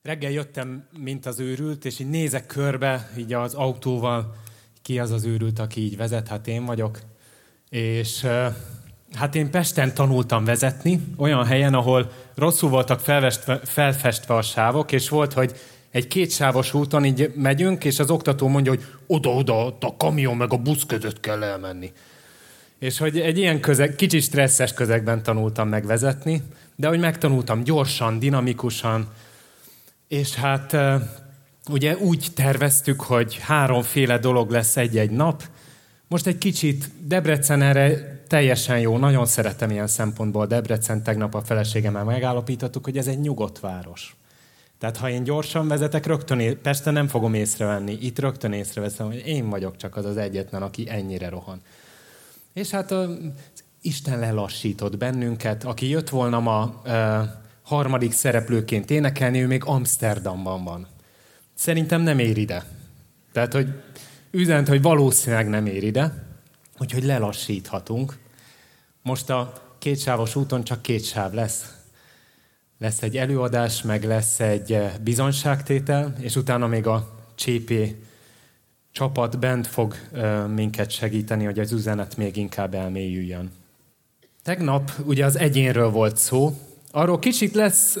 Reggel jöttem, mint az őrült, és így nézek körbe, így az autóval, ki az az őrült, aki így vezet, hát én vagyok. És hát én Pesten tanultam vezetni, olyan helyen, ahol rosszul voltak felfestve a sávok, és volt, hogy egy kétsávos úton így megyünk, és az oktató mondja, hogy oda-oda, a kamion meg a busz között kell elmenni. És hogy egy ilyen kicsit stresszes közegben tanultam meg vezetni, de hogy megtanultam gyorsan, dinamikusan, és hát ugye úgy terveztük, hogy 3 dolog lesz egy-egy nap. Most egy kicsit Debrecen erre teljesen jó, nagyon szeretem ilyen szempontból Debrecen, tegnap a feleségemmel megállapítottuk, hogy ez egy nyugodt város. Tehát ha én gyorsan vezetek, rögtön Pesten nem fogom észrevenni, itt rögtön észreveszem, hogy én vagyok csak az egyetlen, aki ennyire rohan. És hát Isten lelassított bennünket, aki jött volna ma harmadik szereplőként énekelni, ő még Amsterdamban van. Szerintem nem ér ide. Tehát, hogy üzent, hogy valószínűleg nem ér ide, úgyhogy lelassíthatunk. Most a kétsávos úton csak 2 sáv lesz. Lesz egy előadás, meg lesz egy bizonyságtétel, és utána még a csépé csapat bent fog minket segíteni, hogy az üzenet még inkább elmélyüljön. Tegnap ugye az egyénről volt szó. Arról kicsit lesz,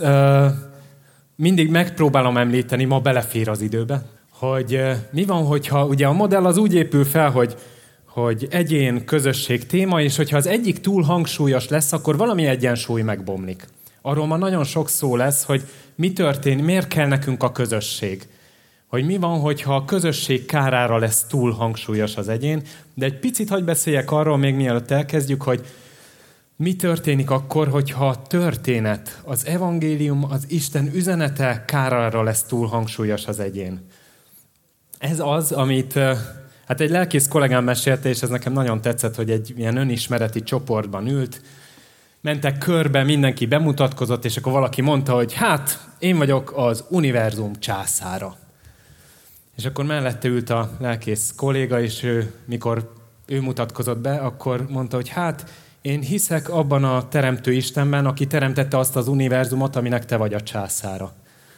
mindig megpróbálom említeni, ma belefér az időbe, hogy mi van, hogyha ugye a modell az úgy épül fel, hogy egyén, közösség téma, és hogyha az egyik túl hangsúlyos lesz, akkor valami egyensúly megbomlik. Arról ma nagyon sok szó lesz, hogy mi történik, miért kell nekünk a közösség. Hogy mi van, hogyha a közösség kárára lesz túl hangsúlyos az egyén, de egy picit hadd beszéljek arról, még mielőtt elkezdjük, hogy mi történik akkor, hogyha a történet, az evangélium, az Isten üzenete kárára lesz túl hangsúlyos az egyén. Ez az, amit hát egy lelkész kollégám mesélte, és ez nekem nagyon tetszett, hogy egy ilyen önismereti csoportban ült, mentek körbe, mindenki bemutatkozott, és akkor valaki mondta, hogy hát, én vagyok az univerzum császára. És akkor mellette ült a lelkész kolléga, és mikor ő mutatkozott be, akkor mondta, hogy hát, én hiszek abban a teremtő Istenben, aki teremtette azt az univerzumot, aminek te vagy a császára.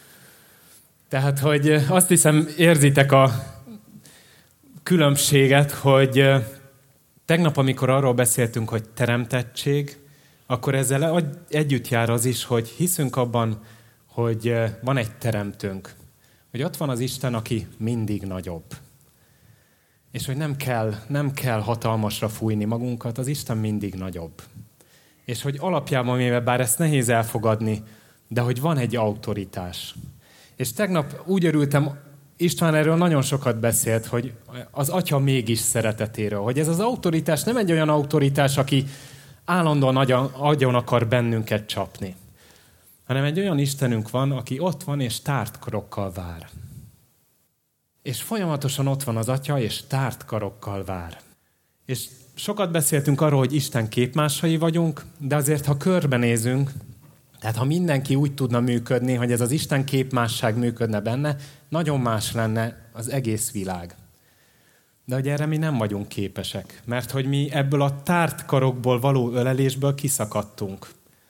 Tehát, hogy azt hiszem, érzitek a különbséget, hogy tegnap, amikor arról beszéltünk, hogy teremtettség, akkor ezzel együtt jár az is, hogy hiszünk abban, hogy van egy teremtőnk. Hogy ott van az Isten, aki mindig nagyobb. És hogy nem kell hatalmasra fújni magunkat, az Isten mindig nagyobb. És hogy alapjában véve, bár ezt nehéz elfogadni, de hogy van egy autoritás. És tegnap úgy örültem, István erről nagyon sokat beszélt, hogy az Atya mégis szeretetéről, hogy ez az autoritás nem egy olyan autoritás, aki állandóan agyon akar bennünket csapni, hanem egy olyan Istenünk van, aki ott van és tárt karokkal vár. És folyamatosan ott van az Atya, és tárt karokkal vár. És sokat beszéltünk arról, hogy Isten képmásai vagyunk, de azért, ha körbenézünk, tehát ha mindenki úgy tudna működni, hogy ez az Isten képmásság működne benne, nagyon más lenne az egész világ. De hogy erre mi nem vagyunk képesek, mert hogy mi ebből a tárt karokból való ölelésből kiszakadtunk.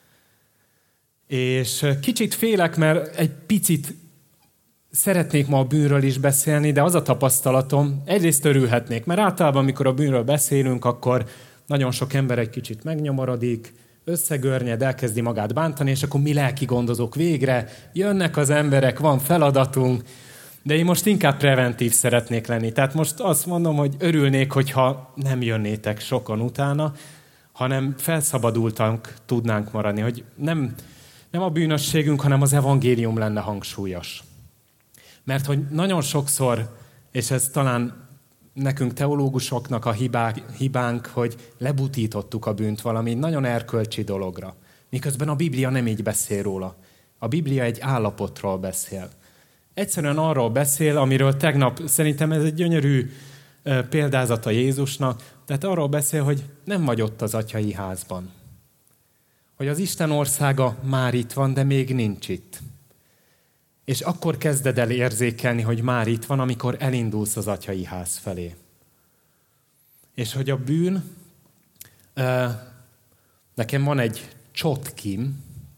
És kicsit félek, mert egy picit szeretnék ma a bűnről is beszélni, de az a tapasztalatom, egyrészt örülhetnék, mert általában, amikor a bűnről beszélünk, akkor nagyon sok ember egy kicsit megnyomorodik, összegörnyed, elkezdi magát bántani, és akkor mi lelki gondozók végre, jönnek az emberek, van feladatunk, de én most inkább preventív szeretnék lenni. Tehát most azt mondom, hogy örülnék, hogyha nem jönnétek sokan utána, hanem felszabadultank tudnánk maradni, hogy nem a bűnösségünk, hanem az evangélium lenne hangsúlyos. Mert hogy nagyon sokszor, és ez talán nekünk teológusoknak a hibánk, hogy lebutítottuk a bűnt valami nagyon erkölcsi dologra. Miközben a Biblia nem így beszél róla. A Biblia egy állapotról beszél. Egyszerűen arról beszél, amiről tegnap, szerintem ez egy gyönyörű példázata Jézusnak, tehát arról beszél, hogy nem vagy ott az atyai házban. Hogy az Isten országa már itt van, de még nincs itt. És akkor kezded el érzékelni, hogy már itt van, amikor elindulsz az atyai ház felé. És hogy a bűn, nekem van egy csotkim,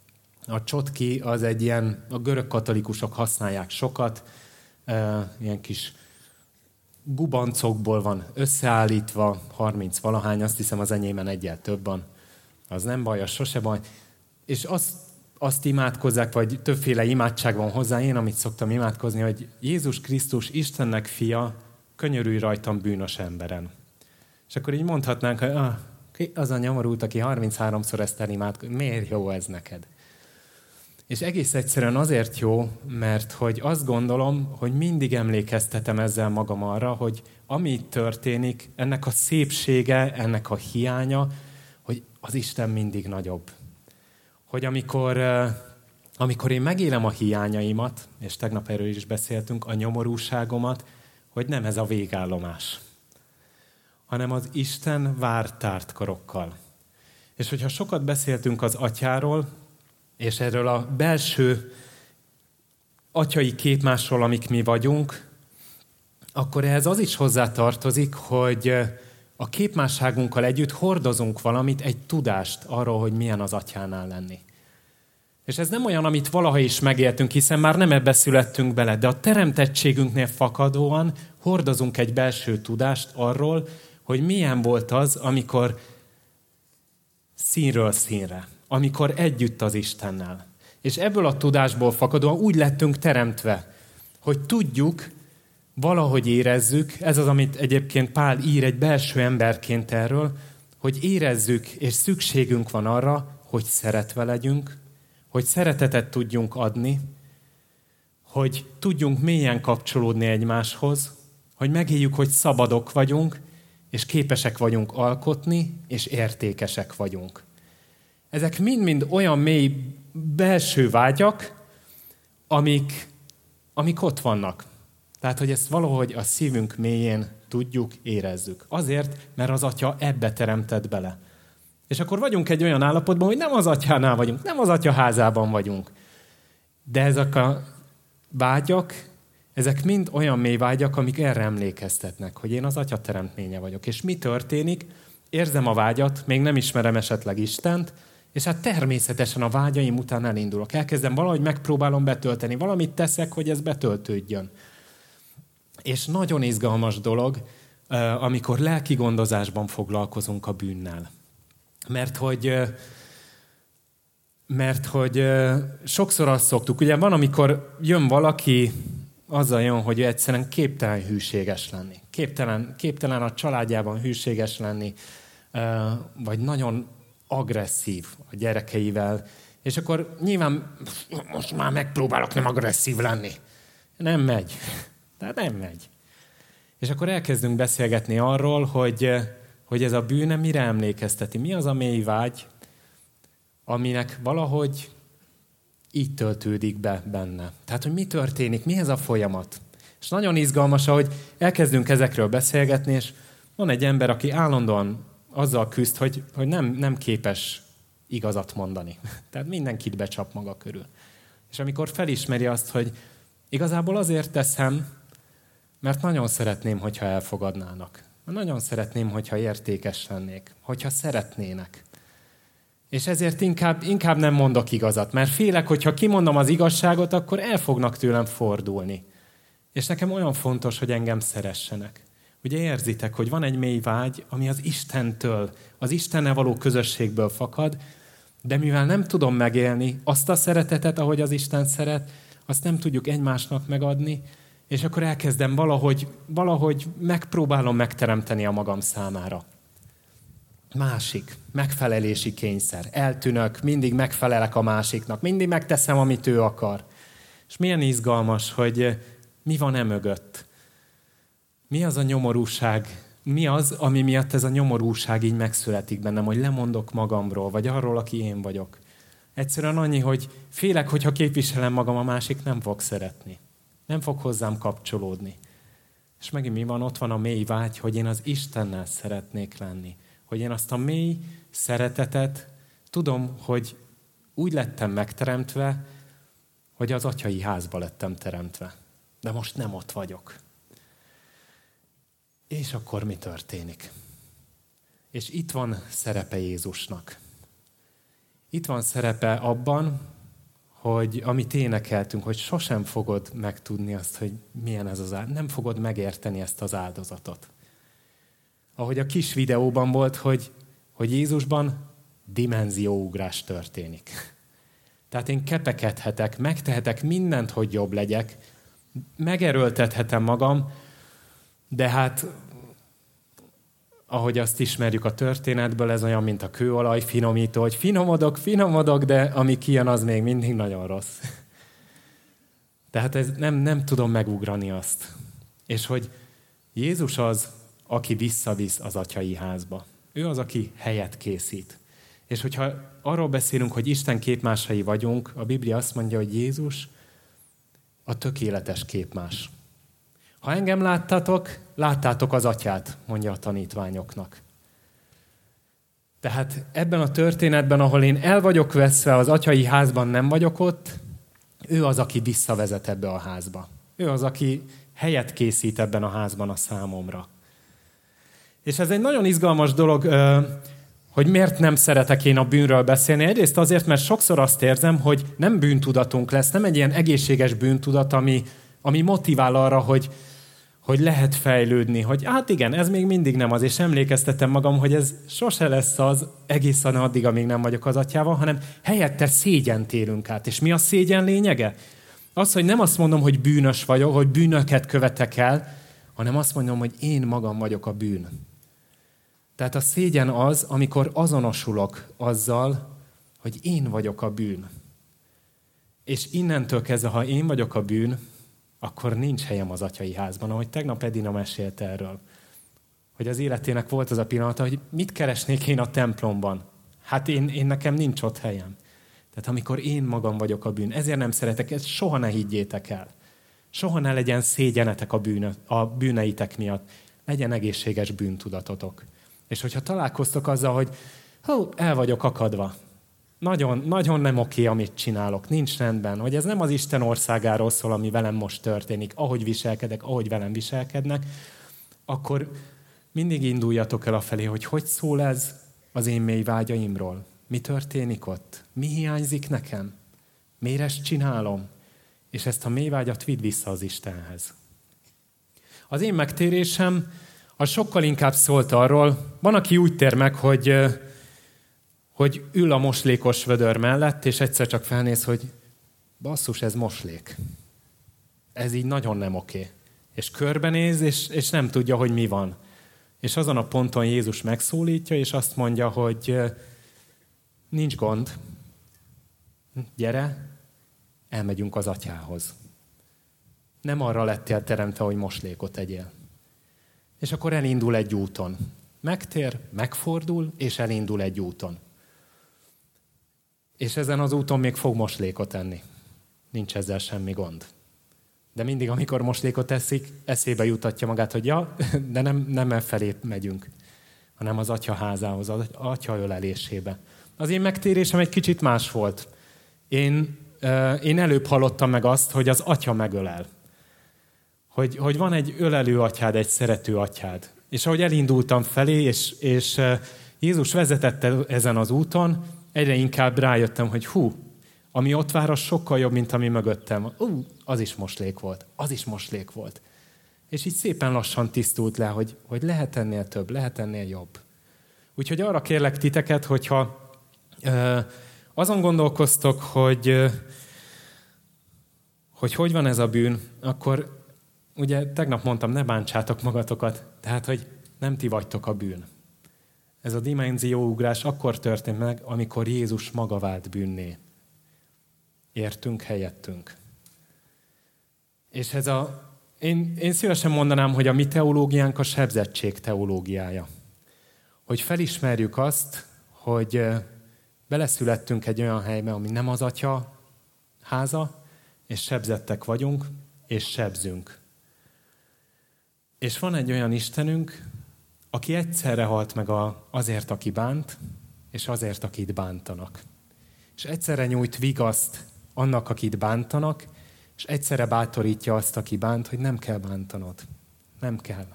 A csotki az egy ilyen, a görög katolikusok használják sokat, ilyen kis gubancokból van összeállítva, 30 valahány, azt hiszem az enyémen egyel több van. Az nem baj, az sose baj. És azt imádkozzák, vagy többféle imádság van hozzá, én amit szoktam imádkozni, hogy Jézus Krisztus, Istennek fia, könyörülj rajtam bűnös emberen. És akkor így mondhatnánk, hogy az a nyomorult, aki 33-szor ezt elimádkozik, miért jó ez neked? És egész egyszerűen azért jó, mert hogy azt gondolom, hogy mindig emlékeztetem ezzel magam arra, hogy ami itt történik, ennek a szépsége, ennek a hiánya, hogy az Isten mindig nagyobb. Hogy amikor én megélem a hiányaimat, és tegnap erről is beszéltünk, a nyomorúságomat, hogy nem ez a végállomás, hanem az Isten vár tárt karokkal. És hogyha sokat beszéltünk az atyáról, és erről a belső atyai képmásról, amik mi vagyunk, akkor ehhez az is hozzátartozik, hogy a képmásságunkkal együtt hordozunk valamit, egy tudást arról, hogy milyen az atyánál lenni. És ez nem olyan, amit valaha is megéltünk, hiszen már nem ebbe születtünk bele, de a teremtettségünknél fakadóan hordozunk egy belső tudást arról, hogy milyen volt az, amikor színről színre, amikor együtt az Istennel. És ebből a tudásból fakadóan úgy lettünk teremtve, hogy tudjuk, valahogy érezzük, ez az, amit egyébként Pál ír egy belső emberként erről, hogy érezzük, és szükségünk van arra, hogy szeretve legyünk, hogy szeretetet tudjunk adni, hogy tudjunk mélyen kapcsolódni egymáshoz, hogy megéljük, hogy szabadok vagyunk, és képesek vagyunk alkotni, és értékesek vagyunk. Ezek mind-mind olyan mély belső vágyak, amik ott vannak. Tehát, hogy ezt valahogy a szívünk mélyén tudjuk, érezzük. Azért, mert az Atya ebbe teremtett bele. És akkor vagyunk egy olyan állapotban, hogy nem az Atyánál vagyunk, nem az Atya házában vagyunk. De ezek a vágyak, ezek mind olyan mély vágyak, amik erre emlékeztetnek, hogy én az Atya teremtménye vagyok. És mi történik? Érzem a vágyat, még nem ismerem esetleg Istent, és hát természetesen a vágyaim után elindulok. Elkezdem valahogy megpróbálom betölteni, valamit teszek, hogy ez betöltődjön. És nagyon izgalmas dolog, amikor lelki gondozásban foglalkozunk a bűnnel. Mert hogy sokszor azt szoktuk, ugye van, amikor jön valaki, azzal jön, hogy egyszerűen képtelen hűséges lenni. Képtelen a családjában hűséges lenni, vagy nagyon agresszív a gyerekeivel. És akkor nyilván most már megpróbálok nem agresszív lenni. Nem megy. Tehát nem megy. És akkor elkezdünk beszélgetni arról, hogy ez a bűne mire emlékezteti. Mi az a mély vágy, aminek valahogy így töltődik be benne. Tehát, hogy mi történik, mi ez a folyamat. És nagyon izgalmas, hogy elkezdünk ezekről beszélgetni, és van egy ember, aki állandóan azzal küzd, hogy nem képes igazat mondani. Tehát mindenkit becsap maga körül. És amikor felismeri azt, hogy igazából azért teszem, mert nagyon szeretném, hogyha elfogadnának. Nagyon szeretném, hogyha értékes lennék, hogyha szeretnének. És ezért inkább nem mondok igazat, mert félek, hogyha kimondom az igazságot, akkor el fognak tőlem fordulni. És nekem olyan fontos, hogy engem szeressenek. Ugye érzitek, hogy van egy mély vágy, ami az Istentől, az Istennel való közösségből fakad, de mivel nem tudom megélni azt a szeretetet, ahogy az Isten szeret, azt nem tudjuk egymásnak megadni, és akkor elkezdem valahogy megpróbálom megteremteni a magam számára. Másik, megfelelési kényszer. Eltűnök, mindig megfelelek a másiknak, mindig megteszem, amit ő akar. És milyen izgalmas, hogy mi van mögött. Mi az a nyomorúság? Mi az, ami miatt ez a nyomorúság így megszületik bennem, hogy lemondok magamról, vagy arról, aki én vagyok. Egyszerűen annyi, hogy félek, hogyha képviselem magam, a másik nem fog szeretni. Nem fog hozzám kapcsolódni. És megint mi van? Ott van a mély vágy, hogy én az Istennel szeretnék lenni. Hogy én azt a mély szeretetet tudom, hogy úgy lettem megteremtve, hogy az atyai házba lettem teremtve. De most nem ott vagyok. És akkor mi történik? És itt van szerepe Jézusnak. Itt van szerepe abban, hogy amit énekeltünk, hogy sosem fogod megtudni azt, hogy milyen ez az áldozat. Nem fogod megérteni ezt az áldozatot. Ahogy a kis videóban volt, hogy Jézusban dimenzióugrás történik. Tehát én kepekedhetek, megtehetek mindent, hogy jobb legyek, megerőltethetem magam, de hát, ahogy azt ismerjük a történetből, ez olyan, mint a kőolaj finomító, hogy finomodok, de ami kijön, az még mindig nagyon rossz. Tehát ez nem tudom megugrani azt. És hogy Jézus az, aki visszavisz az atyai házba. Ő az, aki helyet készít. És hogyha arról beszélünk, hogy Isten képmásai vagyunk, a Biblia azt mondja, hogy Jézus a tökéletes képmás. Ha engem láttátok az atyát, mondja a tanítványoknak. Tehát ebben a történetben, ahol én el vagyok veszve, az atyai házban nem vagyok ott, ő az, aki visszavezet ebbe a házba. Ő az, aki helyet készít ebben a házban a számomra. És ez egy nagyon izgalmas dolog, hogy miért nem szeretek én a bűnről beszélni. Egyrészt azért, mert sokszor azt érzem, hogy nem bűntudatunk lesz, nem egy ilyen egészséges bűntudat, ami motivál arra, hogy lehet fejlődni, hogy hát igen, ez még mindig nem az, és emlékeztetem magam, hogy ez sose lesz az egészen addig, amíg nem vagyok az atyával, hanem helyette szégyent élünk át. És mi a szégyen lényege? Az, hogy nem azt mondom, hogy bűnös vagyok, hogy bűnöket követek el, hanem azt mondom, hogy én magam vagyok a bűn. Tehát a szégyen az, amikor azonosulok azzal, hogy én vagyok a bűn. És innentől kezdve, ha én vagyok a bűn, akkor nincs helyem az atyai házban. Ahogy tegnap Edina mesélt erről, hogy az életének volt az a pillanata, hogy mit keresnék én a templomban. Hát én nekem nincs ott helyem. Tehát amikor én magam vagyok a bűn, ezért nem szeretek, ezt soha ne higgyétek el. Soha ne legyen szégyenetek a bűneitek miatt. Legyen egészséges bűntudatotok. És hogyha találkoztok azzal, hogy el vagyok akadva, nagyon, nagyon nem oké, amit csinálok, nincs rendben, hogy ez nem az Isten országáról szól, ami velem most történik, ahogy viselkedek, ahogy velem viselkednek, akkor mindig induljatok el afelé, hogy szól ez az én mély vágyaimról. Mi történik ott? Mi hiányzik nekem? Miért ezt csinálom? És ezt a mély vágyat vidd vissza az Istenhez. Az én megtérésem az sokkal inkább szólt arról, van, aki úgy tér meg, hogy ül a moslékos vödör mellett, és egyszer csak felnéz, hogy basszus, ez moslék. Ez így nagyon nem oké. És körbenéz, és nem tudja, hogy mi van. És azon a ponton Jézus megszólítja, és azt mondja, hogy nincs gond, gyere, elmegyünk az atyához. Nem arra lettél teremtve, hogy moslékot tegyél. És akkor elindul egy úton. Megtér, megfordul, és elindul egy úton. És ezen az úton még fog moslékot enni. Nincs ezzel semmi gond. De mindig, amikor moslékot eszik, eszébe jutatja magát, hogy de nem elfelé megyünk, hanem az atya házához, az atya ölelésébe. Az én megtérésem egy kicsit más volt. Én előbb hallottam meg azt, hogy az atya megölel. Hogy van egy ölelő atyád, egy szerető atyád. És ahogy elindultam felé, és Jézus vezetette ezen az úton, egyre inkább rájöttem, hogy ami ott vár, az sokkal jobb, mint ami mögöttem. Az is moslék volt. És így szépen lassan tisztult le, hogy lehet ennél több, lehet ennél jobb. Úgyhogy arra kérlek titeket, hogyha azon gondolkoztok, hogy van ez a bűn, akkor ugye tegnap mondtam, ne bántsátok magatokat, tehát, hogy nem ti vagytok a bűn. Ez a dimenzióugrás akkor történt meg, amikor Jézus maga vált bűnné. Értünk helyettünk. És én szívesen mondanám, hogy a mi teológiánk a sebzettség teológiája. Hogy felismerjük azt, hogy beleszülettünk egy olyan helybe, ami nem az atya háza, és sebzettek vagyunk, és sebzünk. És van egy olyan Istenünk, aki egyszerre halt meg azért, aki bánt, és azért, akit bántanak. És egyszerre nyújt vigaszt annak, akit bántanak, és egyszerre bátorítja azt, aki bánt, hogy nem kell bántanod. Nem kell.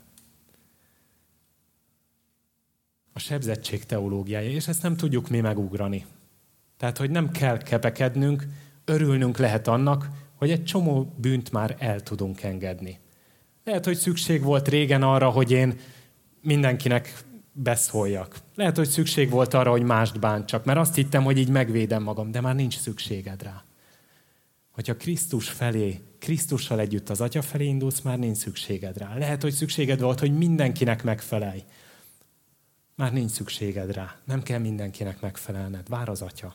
A sebzettség teológiája, és ezt nem tudjuk mi megugrani. Tehát, hogy nem kell kepekednünk, örülnünk lehet annak, hogy egy csomó bűnt már el tudunk engedni. Lehet, hogy szükség volt régen arra, hogy én mindenkinek beszóljak. Lehet, hogy szükség volt arra, hogy mást bántsak, mert azt hittem, hogy így megvédem magam, de már nincs szükséged rá. Hogyha Krisztus felé, Krisztussal együtt az Atya felé indulsz, már nincs szükséged rá. Lehet, hogy szükséged volt, hogy mindenkinek megfelelj. Már nincs szükséged rá. Nem kell mindenkinek megfelelned. Vár az Atya.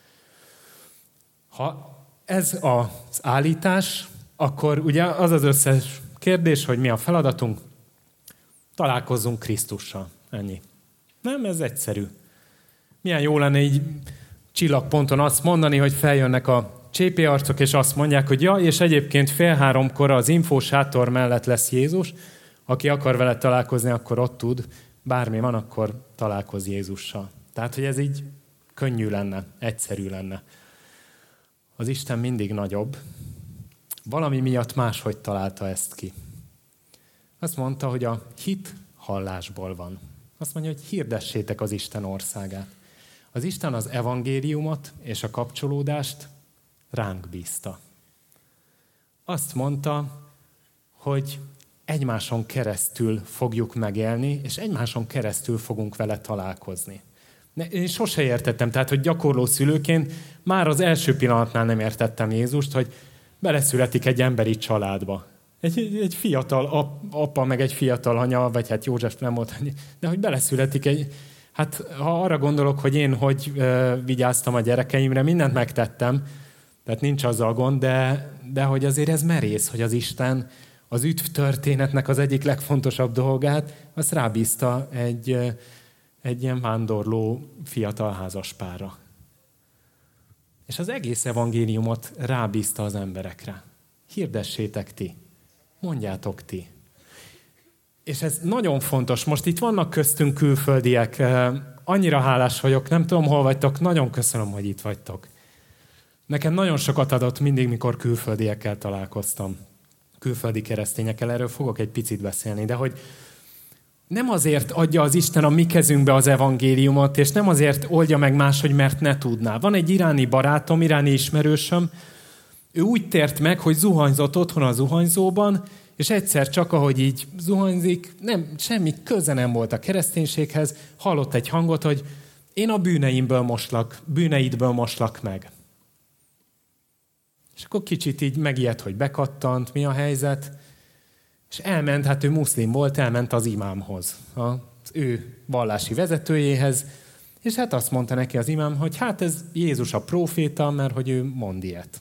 Ha ez az állítás, akkor ugye az az összes kérdés, hogy mi a feladatunk, találkozzunk Krisztussal. Ennyi. Nem, ez egyszerű. Milyen jó lenne így csillagponton azt mondani, hogy feljönnek a csépéarcok, és azt mondják, hogy ja, és egyébként 2:30 az infósátor mellett lesz Jézus, aki akar vele találkozni, akkor ott tud, bármi van, akkor találkozz Jézussal. Tehát, hogy ez így könnyű lenne, egyszerű lenne. Az Isten mindig nagyobb. Valami miatt máshogy találta ezt ki. Azt mondta, hogy a hit hallásból van. Azt mondja, hogy hirdessétek az Isten országát. Az Isten az evangéliumot és a kapcsolódást ránk bízta. Azt mondta, hogy egymáson keresztül fogjuk megélni, és egymáson keresztül fogunk vele találkozni. Én sose értettem, tehát, hogy gyakorló szülőként már az első pillanatnál nem értettem Jézust, hogy beleszületik egy emberi családba. Egy fiatal apa, meg egy fiatal anya, vagy hát József nem volt, de hogy beleszületik egy... Hát ha arra gondolok, hogy én hogy vigyáztam a gyerekeimre, mindent megtettem, tehát nincs azzal gond, de hogy azért ez merész, hogy az Isten az üdv történetnek az egyik legfontosabb dolgát, azt rábízta egy ilyen vándorló fiatal házaspárra. És az egész evangéliumot rábízta az emberekre. Hirdessétek ti, mondjátok ti. És ez nagyon fontos. Most itt vannak köztünk külföldiek. Annyira hálás vagyok, nem tudom, hol vagytok, nagyon köszönöm, hogy itt vagytok. Nekem nagyon sokat adott mindig, mikor külföldiekkel találkoztam. Külföldi keresztényekkel, erről fogok egy picit beszélni, de hogy nem azért adja az Isten a mi kezünkbe az evangéliumot, és nem azért oldja meg máshogy, mert ne tudná. Van egy iráni barátom, iráni ismerősöm, ő úgy tért meg, hogy zuhanyzott otthon a zuhanyzóban, és egyszer csak, ahogy így zuhanyzik, semmi köze nem volt a kereszténységhez, hallott egy hangot, hogy én a bűneidből moslak meg. És akkor kicsit így megijedt, hogy bekattant, mi a helyzet, és elment, hát ő muszlim volt, elment az imámhoz, az ő vallási vezetőjéhez, és hát azt mondta neki az imám, hogy hát ez Jézus a próféta, mert hogy ő mond ilyet.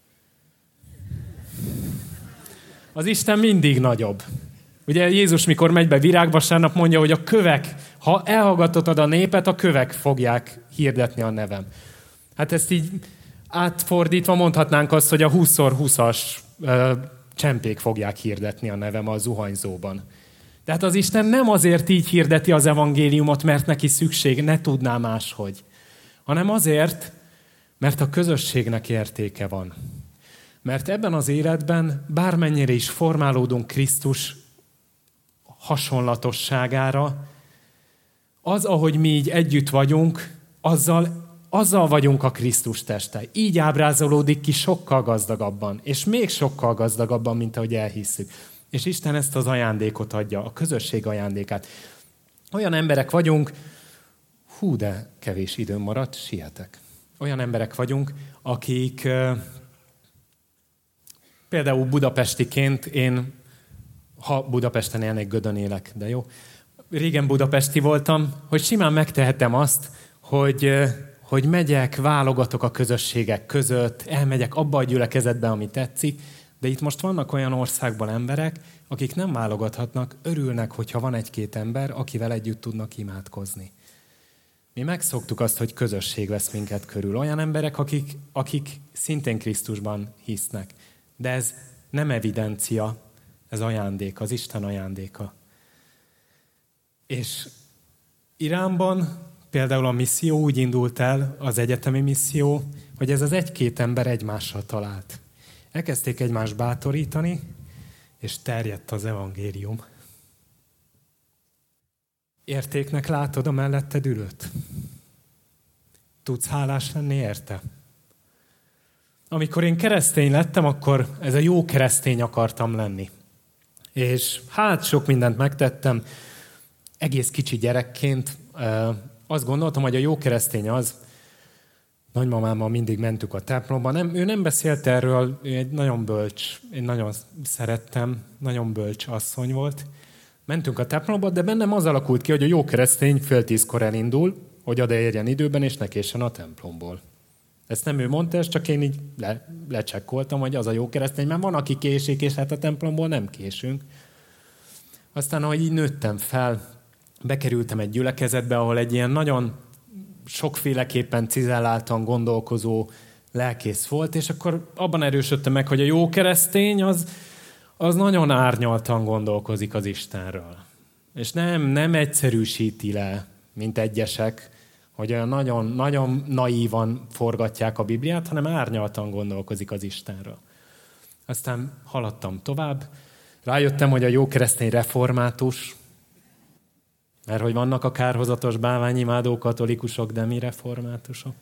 Az Isten mindig nagyobb. Ugye Jézus, mikor megy be virágvasárnap, mondja, hogy a kövek, ha elhallgatod a népet, a kövek fogják hirdetni a nevem. Hát ezt így átfordítva mondhatnánk azt, hogy a 20x20-as csempék fogják hirdetni a nevem a zuhanyzóban. Tehát az Isten nem azért így hirdeti az evangéliumot, mert neki szükség, ne tudná máshogy, hanem azért, mert a közösségnek értéke van. Mert ebben az életben bármennyire is formálódunk Krisztus hasonlatosságára, az, ahogy mi így együtt vagyunk, azzal vagyunk a Krisztus teste. Így ábrázolódik ki sokkal gazdagabban, és még sokkal gazdagabban, mint ahogy elhisszük. És Isten ezt az ajándékot adja, a közösség ajándékát. Olyan emberek vagyunk, de kevés időm maradt, sietek. Olyan emberek vagyunk, akik például budapestiként, ha Budapesten élnék, Gödön élek, de jó. Régen budapesti voltam, hogy simán megtehetem azt, hogy megyek, válogatok a közösségek között, elmegyek abba a gyülekezetbe, ami tetszik, de itt most vannak olyan országban emberek, akik nem válogathatnak, örülnek, hogyha van egy-két ember, akivel együtt tudnak imádkozni. Mi megszoktuk azt, hogy közösség vesz minket körül. Olyan emberek, akik szintén Krisztusban hisznek. De ez nem evidencia, ez ajándék, az Isten ajándéka. És Iránban például a misszió úgy indult el, az egyetemi misszió, hogy ez az egy-két ember egymással talált. Elkezdték egymást bátorítani, és terjedt az evangélium. Értéknek látod a melletted ülőt? Tudsz hálás lenni érte? amikor én keresztény lettem, akkor ez a jó keresztény akartam lenni. És hát sok mindent megtettem. Egész kicsi gyerekként azt gondoltam, hogy a jó keresztény az, nagymamámmal mindig mentük a templomba. Ő nem beszélt erről, ő egy nagyon bölcs, én nagyon szerettem, nagyon bölcs asszony volt. Mentünk a templomba, de bennem az alakult ki, hogy a jó keresztény 9:30 elindul, hogy oda érjen időben, és ne késsen a templomból. Ezt nem ő mondta, ezt csak én így lecsekkoltam, hogy az a jó keresztény, mert van, aki késik, és hát a templomból nem késünk. Aztán, ahogy így nőttem fel, bekerültem egy gyülekezetbe, ahol egy ilyen nagyon sokféleképpen cizelláltan gondolkozó lelkész volt, és akkor abban erősödtem meg, hogy a jó keresztény az nagyon árnyaltan gondolkozik az Istenről. És nem egyszerűsíti le, mint egyesek, hogy olyan nagyon, nagyon naívan forgatják a Bibliát, hanem árnyaltan gondolkozik az Istenről. Aztán haladtam tovább. Rájöttem, hogy a jó keresztény református, mert hogy vannak a kárhozatos bálványimádó katolikusok, de mi reformátusok.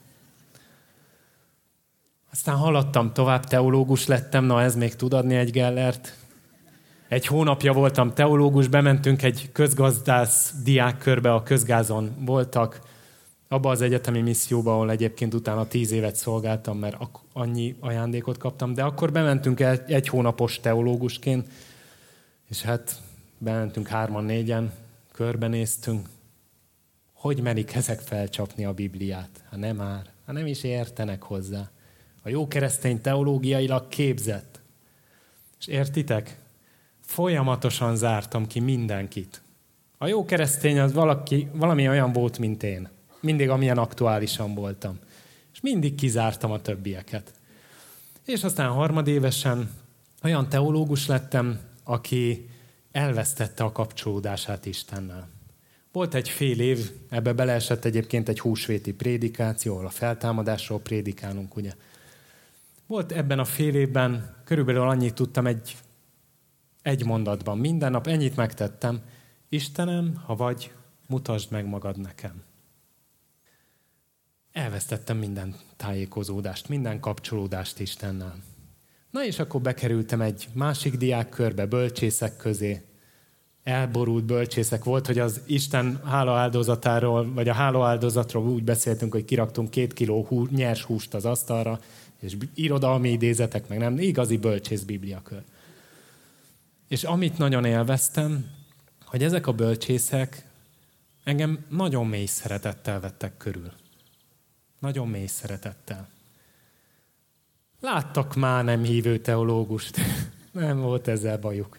Aztán haladtam tovább, teológus lettem, na ez még tud adni egy Gellert. Egy hónapja voltam teológus, bementünk egy közgazdász diákkörbe, a Közgázon voltak, abba az egyetemi misszióba, ahol egyébként utána 10 évet szolgáltam, mert annyi ajándékot kaptam, de akkor bementünk egy hónapos teológusként, és hát bementünk 3-4-en, körbenéztünk, hogy merik ezek felcsapni a Bibliát? Hát nem már, hát nem is értenek hozzá. A jó keresztény teológiailag képzett. És értitek? Folyamatosan zártam ki mindenkit. A jó keresztény az valami olyan volt, mint én. Mindig amilyen aktuálisan voltam. És mindig kizártam a többieket. És aztán harmadévesen olyan teológus lettem, aki elvesztette a kapcsolódását Istennel. Volt egy fél év, ebbe beleesett egyébként egy húsvéti prédikáció, ahol a feltámadásról prédikálunk, ugye. Volt ebben a fél évben, körülbelül annyit tudtam egy mondatban. Minden nap ennyit megtettem. Istenem, ha vagy, mutasd meg magad nekem. Elvesztettem minden tájékozódást, minden kapcsolódást Istennel. Na és akkor bekerültem egy másik diákkörbe, bölcsészek közé. Elborult bölcsészek volt, hogy az Isten hálaáldozatáról, vagy a hálaáldozatról úgy beszéltünk, hogy kiraktunk 2 kiló nyers húst az asztalra, és irodalmi idézetek, meg nem, igazi bölcsész bibliakör. És amit nagyon élveztem, hogy ezek a bölcsészek engem nagyon mély szeretettel vettek körül. Nagyon mély szeretettel. Láttak már nem hívő teológust. Nem volt ezzel bajuk.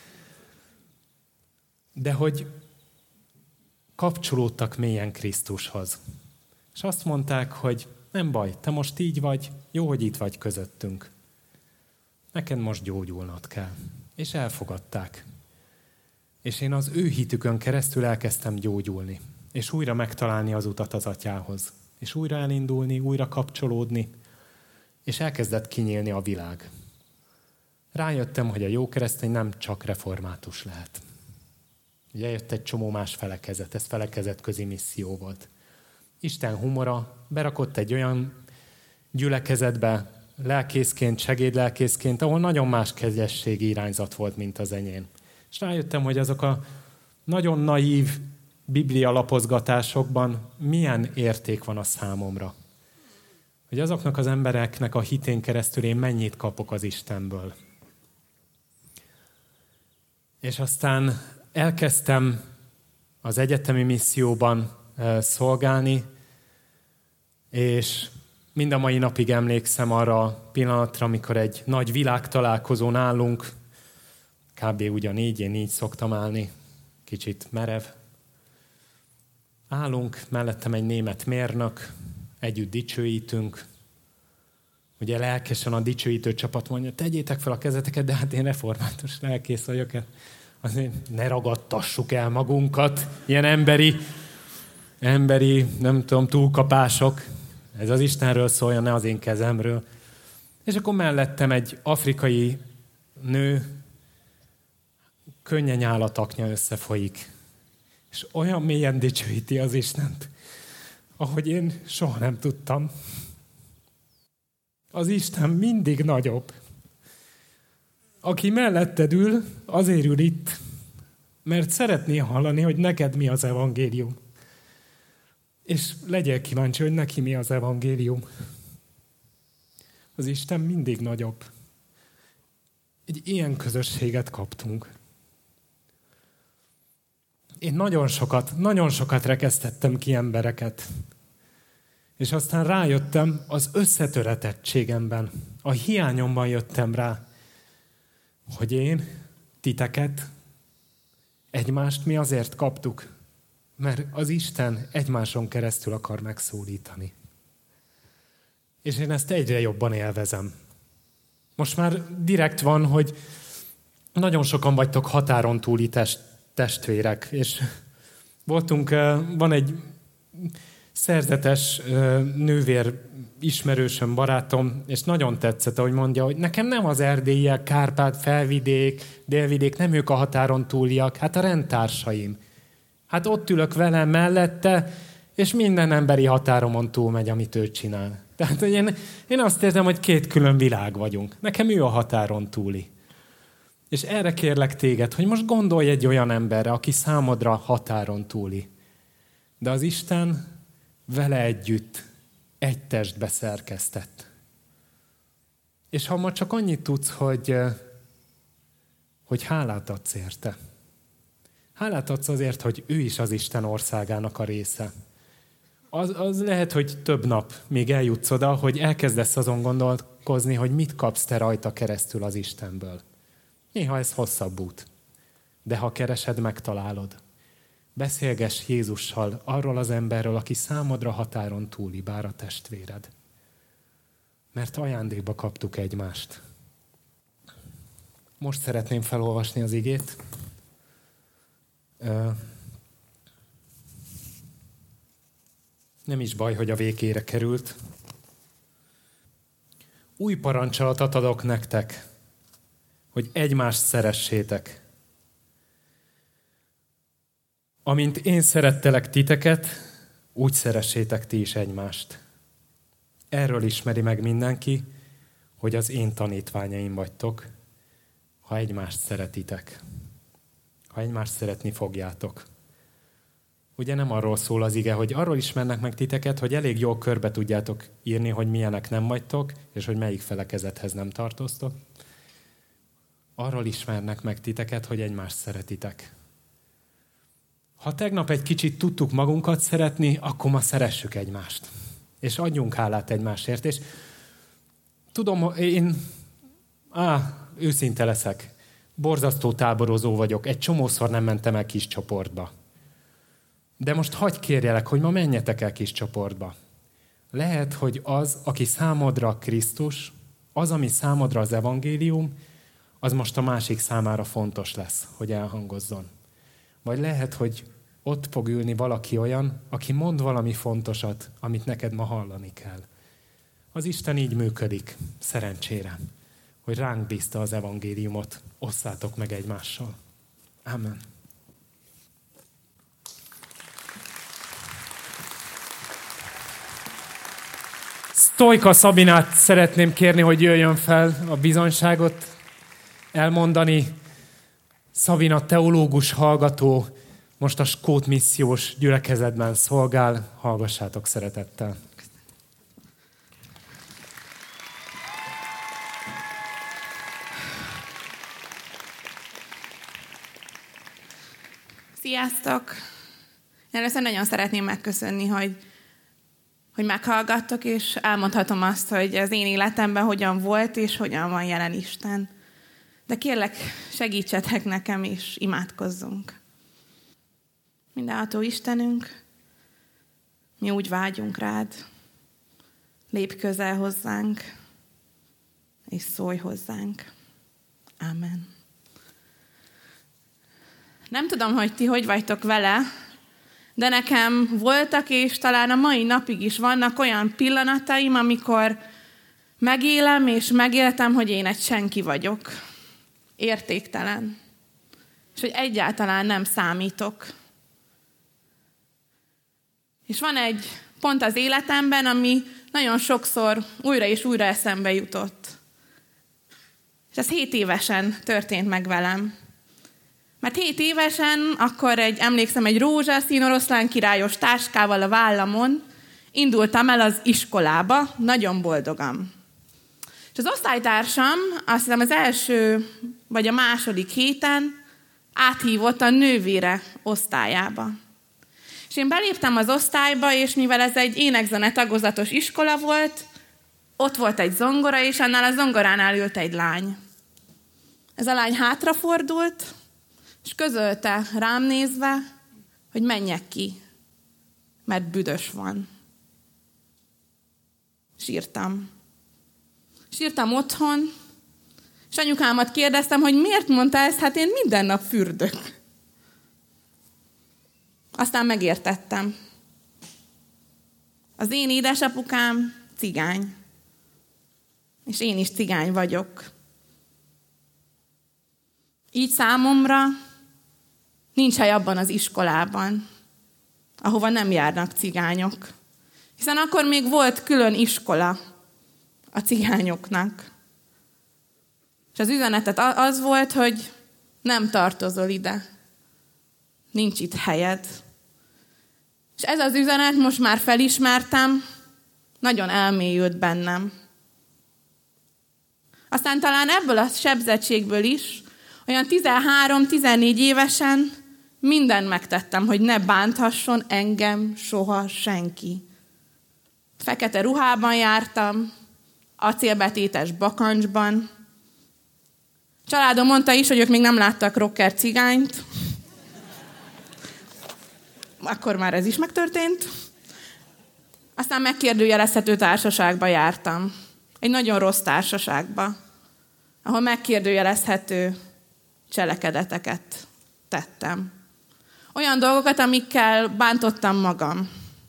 De hogy kapcsolódtak mélyen Krisztushoz. És azt mondták, hogy nem baj, te most így vagy, jó, hogy itt vagy közöttünk. Neked most gyógyulnod kell. És elfogadták. És én az ő hitükön keresztül elkezdtem gyógyulni. És újra megtalálni az utat az Atyához. És újra elindulni, újra kapcsolódni. És elkezdett kinyílni a világ. Rájöttem, hogy a jó keresztény nem csak református lehet. Ugye jött egy csomó más felekezet, ez felekezetközi misszió volt. Isten humora berakott egy olyan gyülekezetbe, lelkészként, segédlelkészként, ahol nagyon más kegyességi irányzat volt, mint az enyém. És rájöttem, hogy azok a nagyon naív biblia lapozgatásokban milyen érték van a számomra. Hogy azoknak az embereknek a hitén keresztül én mennyit kapok az Istenből. És aztán elkezdtem az egyetemi misszióban szolgálni, és mind a mai napig emlékszem arra a pillanatra, amikor egy nagy világtalálkozón állunk, kb. Ugyanígy, én így szoktam állni, kicsit merev. Állunk, mellettem egy német mérnök, együtt dicsőítünk. Ugye lelkesen a dicsőítő csapat mondja, tegyétek fel a kezeteket, de hát én református lelkész vagyok. Azért ne ragadtassuk el magunkat, ilyen emberi, nem tudom, túlkapások. Ez az Istenről szóljon, ne az én kezemről. És akkor mellettem egy afrikai nő, könnyen nyál a taknya összefolyik. És olyan mélyen dicsőíti az Istent, ahogy én soha nem tudtam. Az Isten mindig nagyobb. Aki melletted ül, azért ül itt, mert szeretné hallani, hogy neked mi az evangélium. És legyél kíváncsi, hogy neki mi az evangélium. Az Isten mindig nagyobb. Egy ilyen közösséget kaptunk. Én nagyon sokat rekesztettem ki embereket. És aztán rájöttem az összetöretettségemben, a hiányomban jöttem rá, hogy én, titeket, egymást mi azért kaptuk, mert az Isten egymáson keresztül akar megszólítani. És én ezt egyre jobban élvezem. Most már direkt van, hogy nagyon sokan vagytok határon túli testvérek, és van egy szerzetes nővér ismerősöm, barátom, és nagyon tetszett, ahogy mondja, hogy nekem nem az erdélyiek, Kárpát, Felvidék, Délvidék, nem ők a határon túliak, hát a rendtársaim. Hát ott ülök velem mellette, és minden emberi határomon túlmegy, amit ő csinál. Tehát hogy én azt érzem, hogy két külön világ vagyunk. Nekem ő a határon túli. És erre kérlek téged, hogy most gondolj egy olyan emberre, aki számodra határon túli. De az Isten vele együtt egy testbe szerkesztett. És ha ma csak annyit tudsz, hogy hálát adsz érte. Hálát adsz azért, hogy ő is az Isten országának a része. Az lehet, hogy több nap még eljutsz oda, hogy elkezdesz azon gondolkozni, hogy mit kapsz te rajta keresztül az Istenből. Néha ez hosszabb út. De ha keresed, megtalálod. Beszélgess Jézussal arról az emberről, aki számodra határon túli, bár a testvéred. Mert ajándékba kaptuk egymást. Most szeretném felolvasni az igét. Nem is baj, hogy a végére került. Új parancsolatot adok nektek, hogy egymást szeressétek. Amint én szerettelek titeket, úgy szeressétek ti is egymást. Erről ismeri meg mindenki, hogy az én tanítványaim vagytok, ha egymást szeretitek. Ha egymást szeretni fogjátok. Ugye nem arról szól az ige, hogy arról ismernek meg titeket, hogy elég jól körbe tudjátok írni, hogy milyenek nem vagytok, és hogy melyik felekezethez nem tartoztok. Arról ismernek meg titeket, hogy egymást szeretitek. Ha tegnap egy kicsit tudtuk magunkat szeretni, akkor ma szeressük egymást. És adjunk hálát egymásért. És tudom, őszinte leszek. Borzasztó táborozó vagyok. Egy csomószor nem mentem el kis csoportba. De most hadd kérjelek, hogy ma menjetek el kis csoportba. Lehet, hogy az, aki számodra Krisztus, az, ami számodra az evangélium, az most a másik számára fontos lesz, hogy elhangozzon. Vagy lehet, hogy ott fog ülni valaki olyan, aki mond valami fontosat, amit neked ma hallani kell. Az Isten így működik, szerencsére, hogy ránk bízta az evangéliumot, osszátok meg egymással. Amen. Sztojka Szabinát szeretném kérni, hogy jöjjön fel a bizonyságot elmondani. Szabina teológus hallgató, most a skót missziós gyülekezetben szolgál. Hallgassátok szeretettel. Sziasztok! Először nagyon szeretném megköszönni, hogy meghallgattok, és elmondhatom azt, hogy az én életemben hogyan volt, és hogyan van jelen Isten. De kérlek, segítsetek nekem, és imádkozzunk. Mindenható Istenünk, mi úgy vágyunk rád. Lépj közel hozzánk, és szólj hozzánk. Amen. Nem tudom, hogy ti hogy vagytok vele, de nekem voltak, és talán a mai napig is vannak olyan pillanataim, amikor megélem, és megéltem, hogy én egy senki vagyok. Értéktelen. És hogy egyáltalán nem számítok. És van egy pont az életemben, ami nagyon sokszor újra és újra eszembe jutott. És ez 7 évesen történt meg velem. Mert 7 évesen akkor emlékszem, egy rózsaszín oroszlán királyos táskával a vállamon indultam el az iskolába, nagyon boldogan. És az osztálytársam, azt hiszem az első vagy a második héten áthívott a nővére osztályába. És én beléptem az osztályba, és mivel ez egy énekzene tagozatos iskola volt, ott volt egy zongora, és annál a zongoránál ült egy lány. Ez a lány hátrafordult, és közölte rám nézve, hogy menjek ki, mert büdös van. Sírtam. Sírtam otthon, és anyukámat kérdeztem, hogy miért mondta ezt, hát én minden nap fürdök. Aztán megértettem. Az én édesapukám cigány, és én is cigány vagyok. Így számomra nincs hely abban az iskolában, ahova nem járnak cigányok. Hiszen akkor még volt külön iskola a cigányoknak. És az üzenetet az volt, hogy nem tartozol ide. Nincs itt helyed. És ez az üzenet most már felismertem, nagyon elmélyült bennem. Aztán talán ebből a sebzettségből is, olyan 13-14 évesen mindent megtettem, hogy ne bánthasson engem soha senki. Fekete ruhában jártam, acélbetétes bakancsban. Családom mondta is, hogy ők még nem láttak rocker cigányt. Akkor már ez is megtörtént. Aztán megkérdőjelezhető társaságba jártam. Egy nagyon rossz társaságba, ahol megkérdőjelezhető cselekedeteket tettem. Olyan dolgokat, amikkel bántottam magam.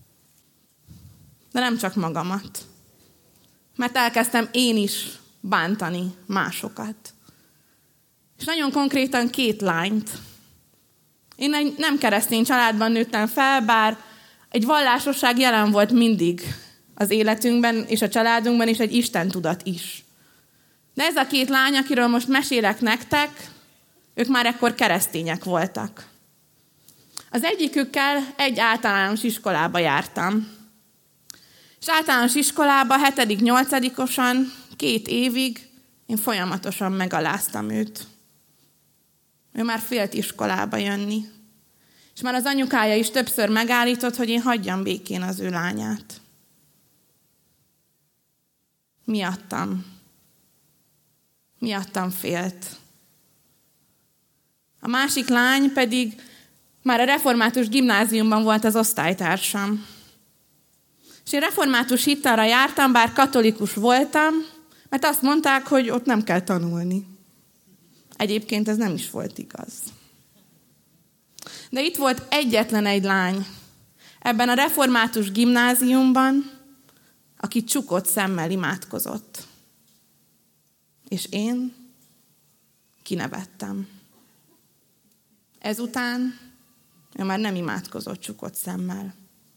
De nem csak magamat. Mert elkezdtem én is bántani másokat. És nagyon konkrétan 2 lányt. Én egy nem keresztény családban nőttem fel, bár egy vallásosság jelen volt mindig az életünkben és a családunkban, és egy istentudat is. De ez a 2 lány, akiről most mesélek nektek, ők már ekkor keresztények voltak. Az egyikükkel egy általános iskolába jártam. És általános iskolába 7.-8-osan 2 évig én folyamatosan megaláztam őt. Ő már félt iskolába jönni. És már az anyukája is többször megállított, hogy én hagyjam békén az ő lányát. Miattam félt. A másik lány pedig már a református gimnáziumban volt az osztálytársam. És én református hittalra jártam, bár katolikus voltam, mert azt mondták, hogy ott nem kell tanulni. Egyébként ez nem is volt igaz. De itt volt egyetlen egy lány ebben a református gimnáziumban, aki csukott szemmel imádkozott. És én kinevettem. Ezután ő már nem imádkozott csukott szemmel.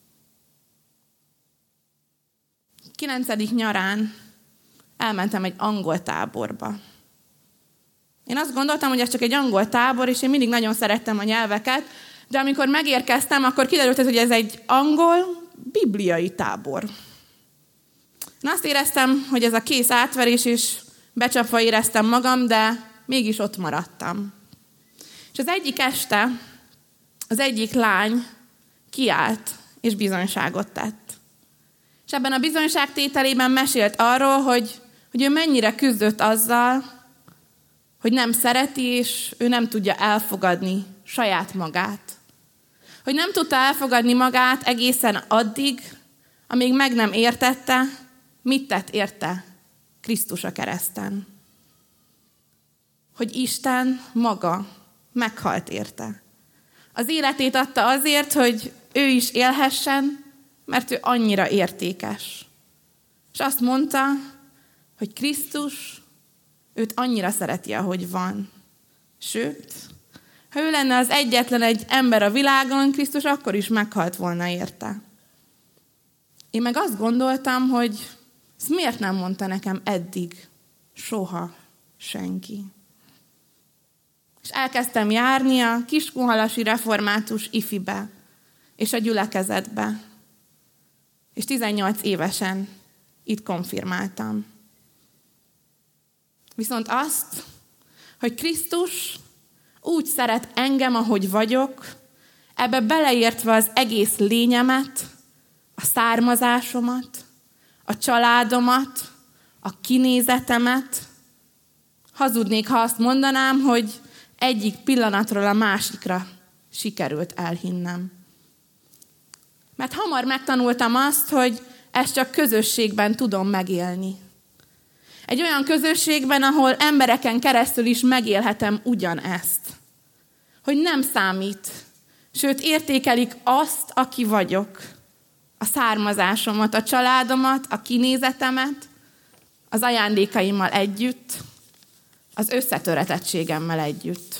9. nyarán elmentem egy angol táborba. Én azt gondoltam, hogy ez csak egy angol tábor, és én mindig nagyon szerettem a nyelveket, de amikor megérkeztem, akkor kiderült, hogy ez egy angol bibliai tábor. Én azt éreztem, hogy ez a kész átverés, és becsapva éreztem magam, de mégis ott maradtam. És az egyik este az egyik lány kiállt, és bizonyságot tett. És ebben a bizonyságtételében mesélt arról, hogy ő mennyire küzdött azzal, hogy nem szereti, és ő nem tudja elfogadni saját magát. Hogy nem tudta elfogadni magát egészen addig, amíg meg nem értette, mit tett érte Krisztus a kereszten. Hogy Isten maga meghalt érte. Az életét adta azért, hogy ő is élhessen, mert ő annyira értékes. És azt mondta, hogy Krisztus őt annyira szereti, ahogy van. Sőt, ha ő lenne az egyetlen egy ember a világon, Krisztus akkor is meghalt volna érte. én meg azt gondoltam, hogy ezt miért nem mondta nekem eddig soha senki. És elkezdtem járni a Kiskunhalasi Református ifibe és a gyülekezetbe. És 18 évesen itt konfirmáltam. Viszont azt, hogy Krisztus úgy szeret engem, ahogy vagyok, ebbe beleértve az egész lényemet, a származásomat, a családomat, a kinézetemet, hazudnék, ha azt mondanám, hogy egyik pillanatról a másikra sikerült elhinnem. Mert hamar megtanultam azt, hogy ezt csak közösségben tudom megélni. Egy olyan közösségben, ahol embereken keresztül is megélhetem ugyanezt. Hogy nem számít, sőt értékelik azt, aki vagyok. A származásomat, a családomat, a kinézetemet, az ajándékaimmal együtt, az összetöretettségemmel együtt.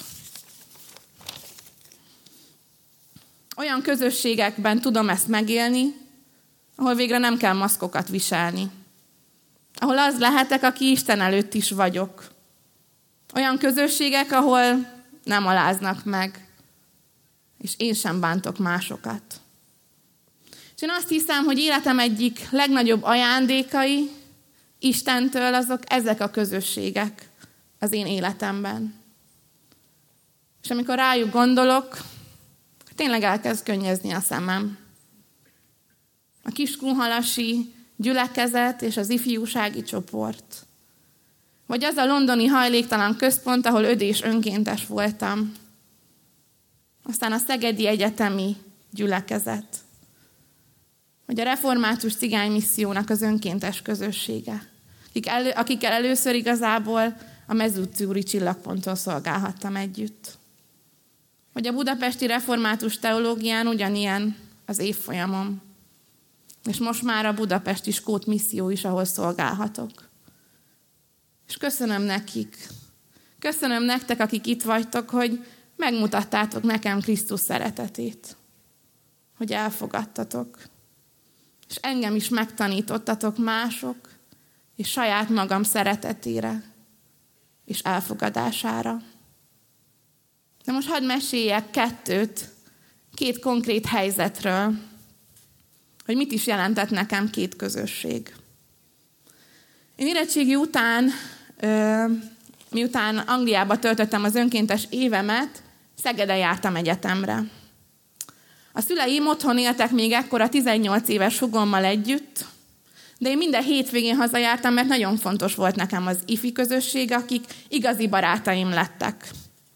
Olyan közösségekben tudom ezt megélni, ahol végre nem kell maszkokat viselni. Ahol az lehetek, aki Isten előtt is vagyok. Olyan közösségek, ahol nem aláznak meg, és én sem bántok másokat. És én azt hiszem, hogy életem egyik legnagyobb ajándékai Istentől azok ezek a közösségek az én életemben. És amikor rájuk gondolok, tényleg elkezd könnyezni a szemem. A Kiskunhalasi gyülekezet és az ifjúsági csoport. Vagy az a londoni hajléktalan központ, ahol ödés önkéntes voltam. Aztán a Szegedi Egyetemi gyülekezet. Vagy a Református Cigány Missziónak az önkéntes közössége. Akikkel először igazából a Mezőúti Csillagponton szolgálhattam együtt. Vagy a Budapesti Református Teológián ugyanilyen az évfolyamom. És most már a Budapesti Skót Misszió is, ahol szolgálhatok. És köszönöm nekik. Köszönöm nektek, akik itt vagytok, hogy megmutattátok nekem Krisztus szeretetét. Hogy elfogadtatok. És engem is megtanítottatok mások, és saját magam szeretetére, és elfogadására. De most hadd meséljek két konkrét helyzetről, hogy mit is jelentett nekem két közösség. Én érettségi után, miután Angliába töltöttem az önkéntes évemet, Szegeden jártam egyetemre. A szüleim otthon éltek még ekkor a 18 éves húgommal együtt, de én minden hétvégén hazajártam, mert nagyon fontos volt nekem az ifi közösség, akik igazi barátaim lettek.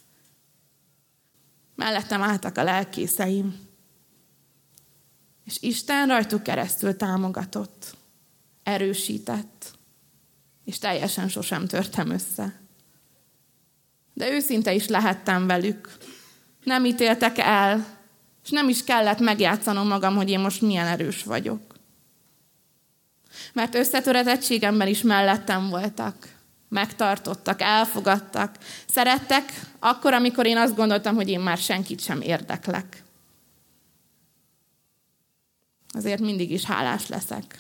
Mellettem álltak a lelkészeim. És Isten rajtuk keresztül támogatott, erősített, és teljesen sosem törtem össze. De őszinte is lehettem velük. Nem ítéltek el, és nem is kellett megjátszanom magam, hogy én most milyen erős vagyok. Mert összetöretettségemben is mellettem voltak. Megtartottak, elfogadtak, szerettek, akkor, amikor én azt gondoltam, hogy én már senkit sem érdeklek. Azért mindig is hálás leszek.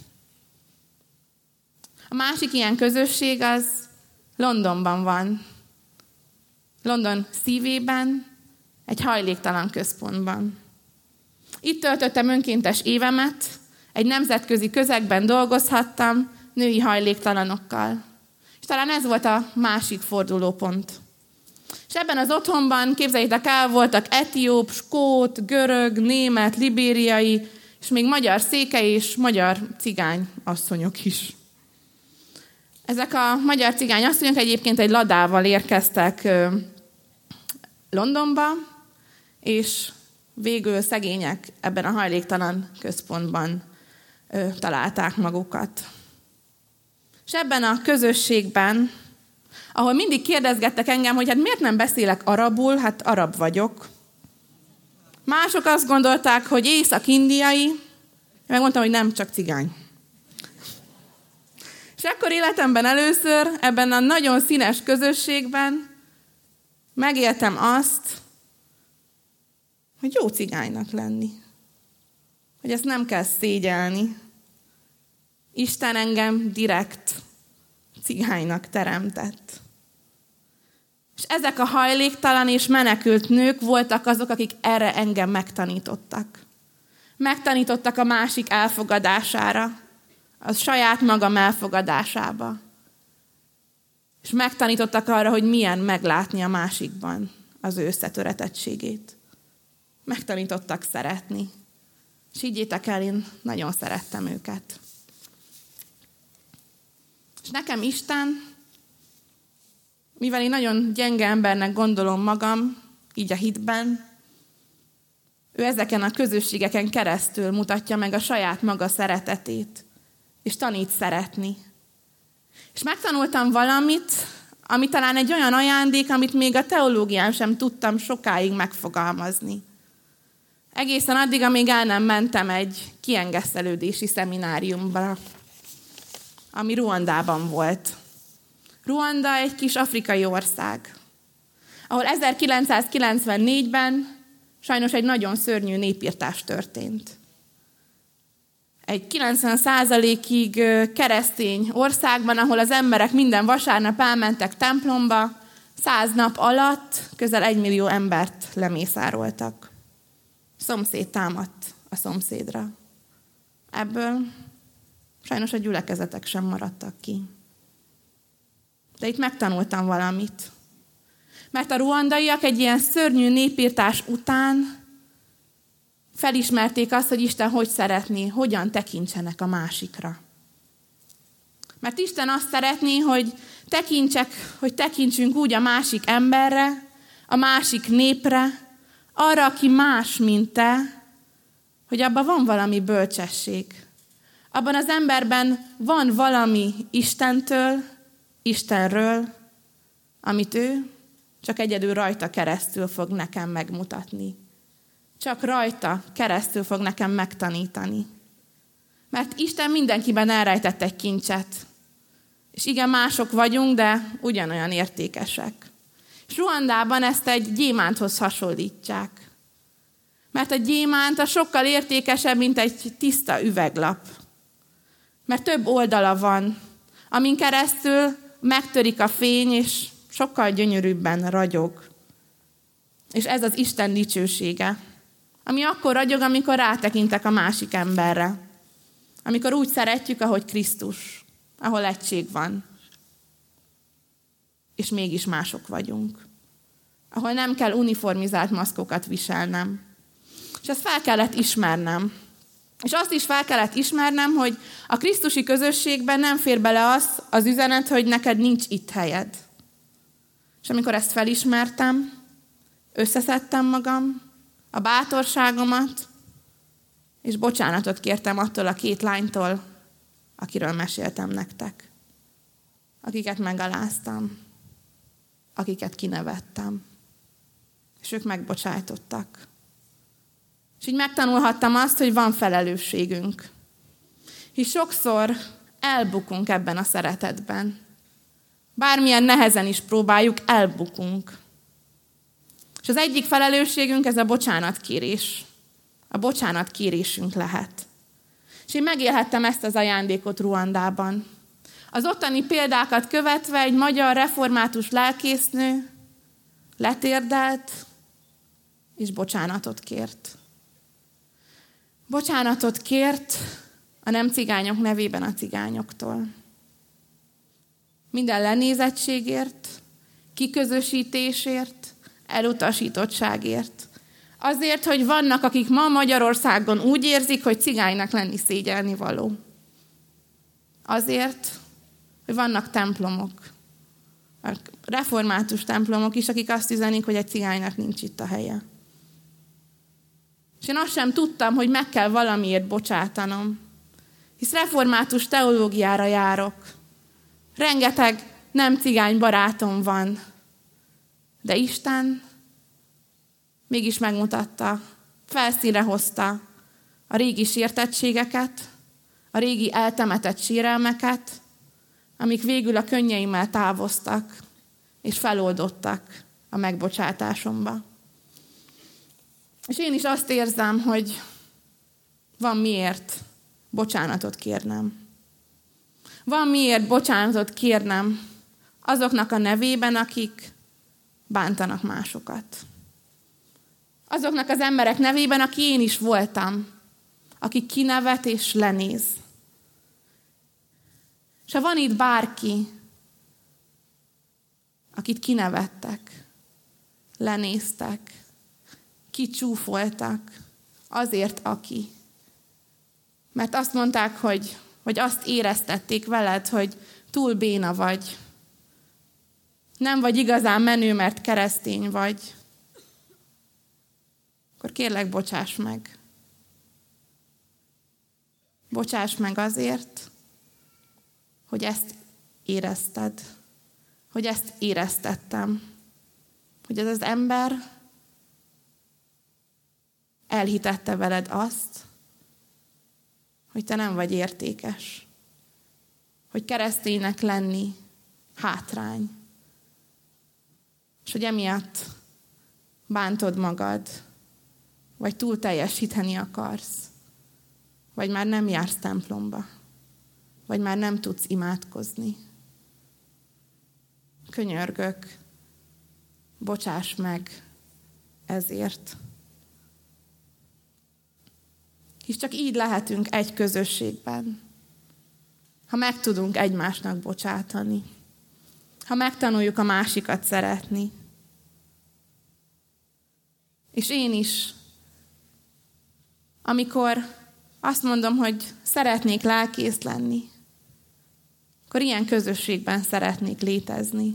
A másik ilyen közösség az Londonban van. London szívében, egy hajléktalan központban. Itt töltöttem önkéntes évemet, egy nemzetközi közegben dolgozhattam női hajléktalanokkal. És talán ez volt a másik fordulópont. És ebben az otthonban, képzeljétek el, voltak etióp, skót, görög, német, libériai, és még magyar székely és magyar cigány asszonyok is. Ezek a magyar cigány asszonyok egyébként egy ladával érkeztek Londonba, és végül szegények ebben a hajléktalan központban találták magukat. És ebben a közösségben, ahol mindig kérdezgettek engem, hogy hát miért nem beszélek arabul, hát arab vagyok. Mások azt gondolták, hogy észak-indiai, megmondtam, hogy nem, csak cigány. És akkor életemben először ebben a nagyon színes közösségben megéltem azt, hogy jó cigánynak lenni. Hogy ezt nem kell szégyelni. Isten engem direkt cigánynak teremtett. És ezek a hajléktalan és menekült nők voltak azok, akik erre engem megtanítottak. Megtanítottak a másik elfogadására, a saját magam elfogadásába. És megtanítottak arra, hogy milyen meglátni a másikban az ő összetöretettségét. Megtanítottak szeretni. És higgyétek el, én nagyon szerettem őket. És nekem Isten, mivel én nagyon gyenge embernek gondolom magam, így a hitben, ő ezeken a közösségeken keresztül mutatja meg a saját maga szeretetét, és tanít szeretni. És megtanultam valamit, ami talán egy olyan ajándék, amit még a teológián sem tudtam sokáig megfogalmazni. Egészen addig, amíg el nem mentem egy kiengesztelődési szemináriumba, ami Ruandában volt. Ruanda egy kis afrikai ország, ahol 1994-ben sajnos egy nagyon szörnyű népirtás történt. Egy 90%-ig keresztény országban, ahol az emberek minden vasárnap elmentek templomba, 100 nap alatt közel 1 millió embert lemészároltak. Szomszéd támadt a szomszédra. Ebből sajnos a gyülekezetek sem maradtak ki. De itt megtanultam valamit. Mert a ruandaiak egy ilyen szörnyű népirtás után felismerték azt, hogy Isten hogy szeretné, hogyan tekintsenek a másikra. Mert Isten azt szeretné, hogy tekintsünk úgy a másik emberre, a másik népre, arra, aki más, mint te, hogy abban van valami bölcsesség. Abban az emberben van valami Istentől, Istenről, amit ő csak egyedül rajta keresztül fog nekem megmutatni. Csak rajta keresztül fog nekem megtanítani. Mert Isten mindenkiben elrejtett egy kincset. És igen, mások vagyunk, de ugyanolyan értékesek. És Ruandában ezt egy gyémánthoz hasonlítják. Mert a gyémánt a sokkal értékesebb, mint egy tiszta üveglap. Mert több oldala van, amin keresztül megtörik a fény, és sokkal gyönyörűbben ragyog. És ez az Isten dicsősége, ami akkor ragyog, amikor rátekintek a másik emberre. Amikor úgy szeretjük, ahogy Krisztus, ahol egység van. És mégis mások vagyunk. Ahol nem kell uniformizált maszkokat viselnem. És ezt fel kellett ismernem. És azt is fel kellett ismernem, hogy a krisztusi közösségben nem fér bele az üzenet, hogy neked nincs itt helyed. És amikor ezt felismertem, összeszedtem magam, a bátorságomat, és bocsánatot kértem attól a 2 lánytól, akiről meséltem nektek. Akiket megaláztam, akiket kinevettem. És ők megbocsájtottak. És így megtanulhattam azt, hogy van felelősségünk. Hisz sokszor elbukunk ebben a szeretetben. Bármilyen nehezen is próbáljuk, elbukunk. És az egyik felelősségünk ez a bocsánatkérés. A bocsánatkérésünk lehet. És én megélhettem ezt az ajándékot Ruandában. Az ottani példákat követve egy magyar református lelkésznő letérdelt, és bocsánatot kért. Bocsánatot kért a nem cigányok nevében a cigányoktól. Minden lenézettségért, kiközösítésért, elutasítottságért. Azért, hogy vannak, akik ma Magyarországon úgy érzik, hogy cigánynak lenni szégyelnivaló. Azért, hogy vannak templomok, református templomok is, akik azt üzenik, hogy egy cigánynak nincs itt a helye. És én azt sem tudtam, hogy meg kell valamiért bocsátanom. Hisz református teológiára járok. Rengeteg nem cigány barátom van. De Isten mégis megmutatta, felszínre hozta a régi sértettségeket, a régi eltemetett sérelmeket, amik végül a könnyeimmel távoztak, és feloldottak a megbocsátásomba. És én is azt érzem, hogy van miért bocsánatot kérnem. Van miért bocsánatot kérnem azoknak a nevében, akik bántanak másokat. Azoknak az emberek nevében, aki én is voltam, aki kinevet és lenéz. És ha van itt bárki, akit kinevettek, lenéztek, kicsúfoltak, azért aki. Mert azt mondták, hogy azt éreztették veled, hogy túl béna vagy. Nem vagy igazán menő, mert keresztény vagy. Akkor kérlek, bocsáss meg. Bocsáss meg azért, hogy ezt érezted. Hogy ezt éreztettem. Hogy ez az ember elhitette veled azt, hogy te nem vagy értékes. Hogy kereszténynek lenni hátrány. És hogy emiatt bántod magad, vagy túl teljesíteni akarsz, vagy már nem jársz templomba, vagy már nem tudsz imádkozni. Könyörgök, bocsáss meg ezért. És csak így lehetünk egy közösségben, ha meg tudunk egymásnak bocsátani, ha megtanuljuk a másikat szeretni. És én is, amikor azt mondom, hogy szeretnék lelkész lenni, akkor ilyen közösségben szeretnék létezni,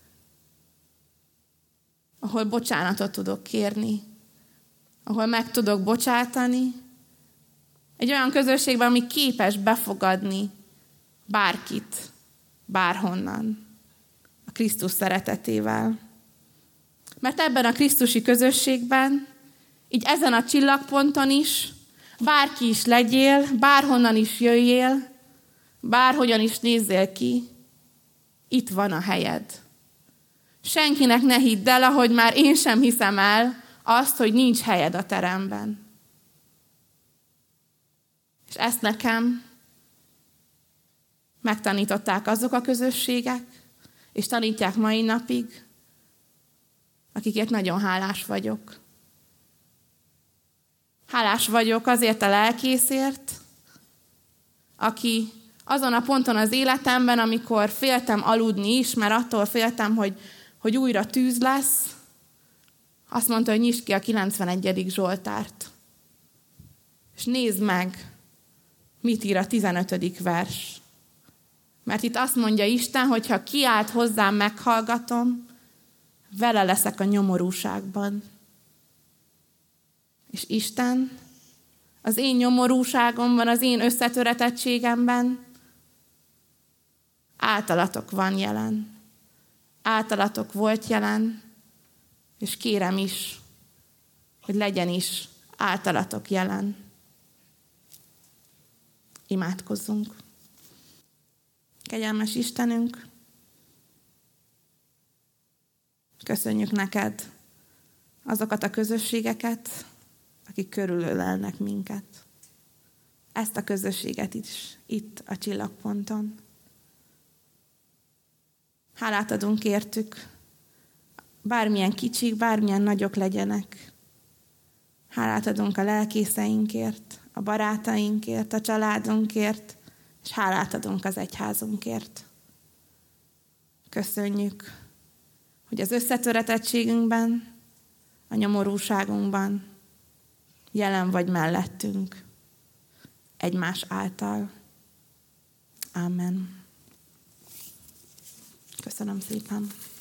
ahol bocsánatot tudok kérni, ahol meg tudok bocsátani, egy olyan közösségben, ami képes befogadni bárkit, bárhonnan, a Krisztus szeretetével. Mert ebben a krisztusi közösségben, így ezen a csillagponton is, bárki is legyél, bárhonnan is jöjjél, bárhogyan is nézzél ki, itt van a helyed. Senkinek ne hidd el, ahogy már én sem hiszem el azt, hogy nincs helyed a teremben. És ezt nekem megtanították azok a közösségek, és tanítják mai napig, akikért nagyon hálás vagyok. Hálás vagyok azért a lelkészért, aki azon a ponton az életemben, amikor féltem aludni is, mert attól féltem, hogy újra tűz lesz, azt mondta, hogy nyisd ki a 91. Zsoltárt. És nézd meg, mit ír a 15. vers. Mert itt azt mondja Isten, hogy ha kiált hozzám, meghallgatom, vele leszek a nyomorúságban. És Isten az én nyomorúságomban, az én összetöretettségemben általatok van jelen. Általatok volt jelen, és kérem is, hogy legyen is általatok jelen. Imádkozzunk. Kegyelmes Istenünk, köszönjük neked azokat a közösségeket, akik körülölelnek minket. Ezt a közösséget is itt a csillagponton. Hálát adunk értük, bármilyen kicsik, bármilyen nagyok legyenek. Hálát adunk a lelkészeinkért, a barátainkért, a családunkért, és hálát adunk az egyházunkért. Köszönjük, hogy az összetöretettségünkben, a nyomorúságunkban jelen vagy mellettünk, egymás által. Amen. Köszönöm szépen.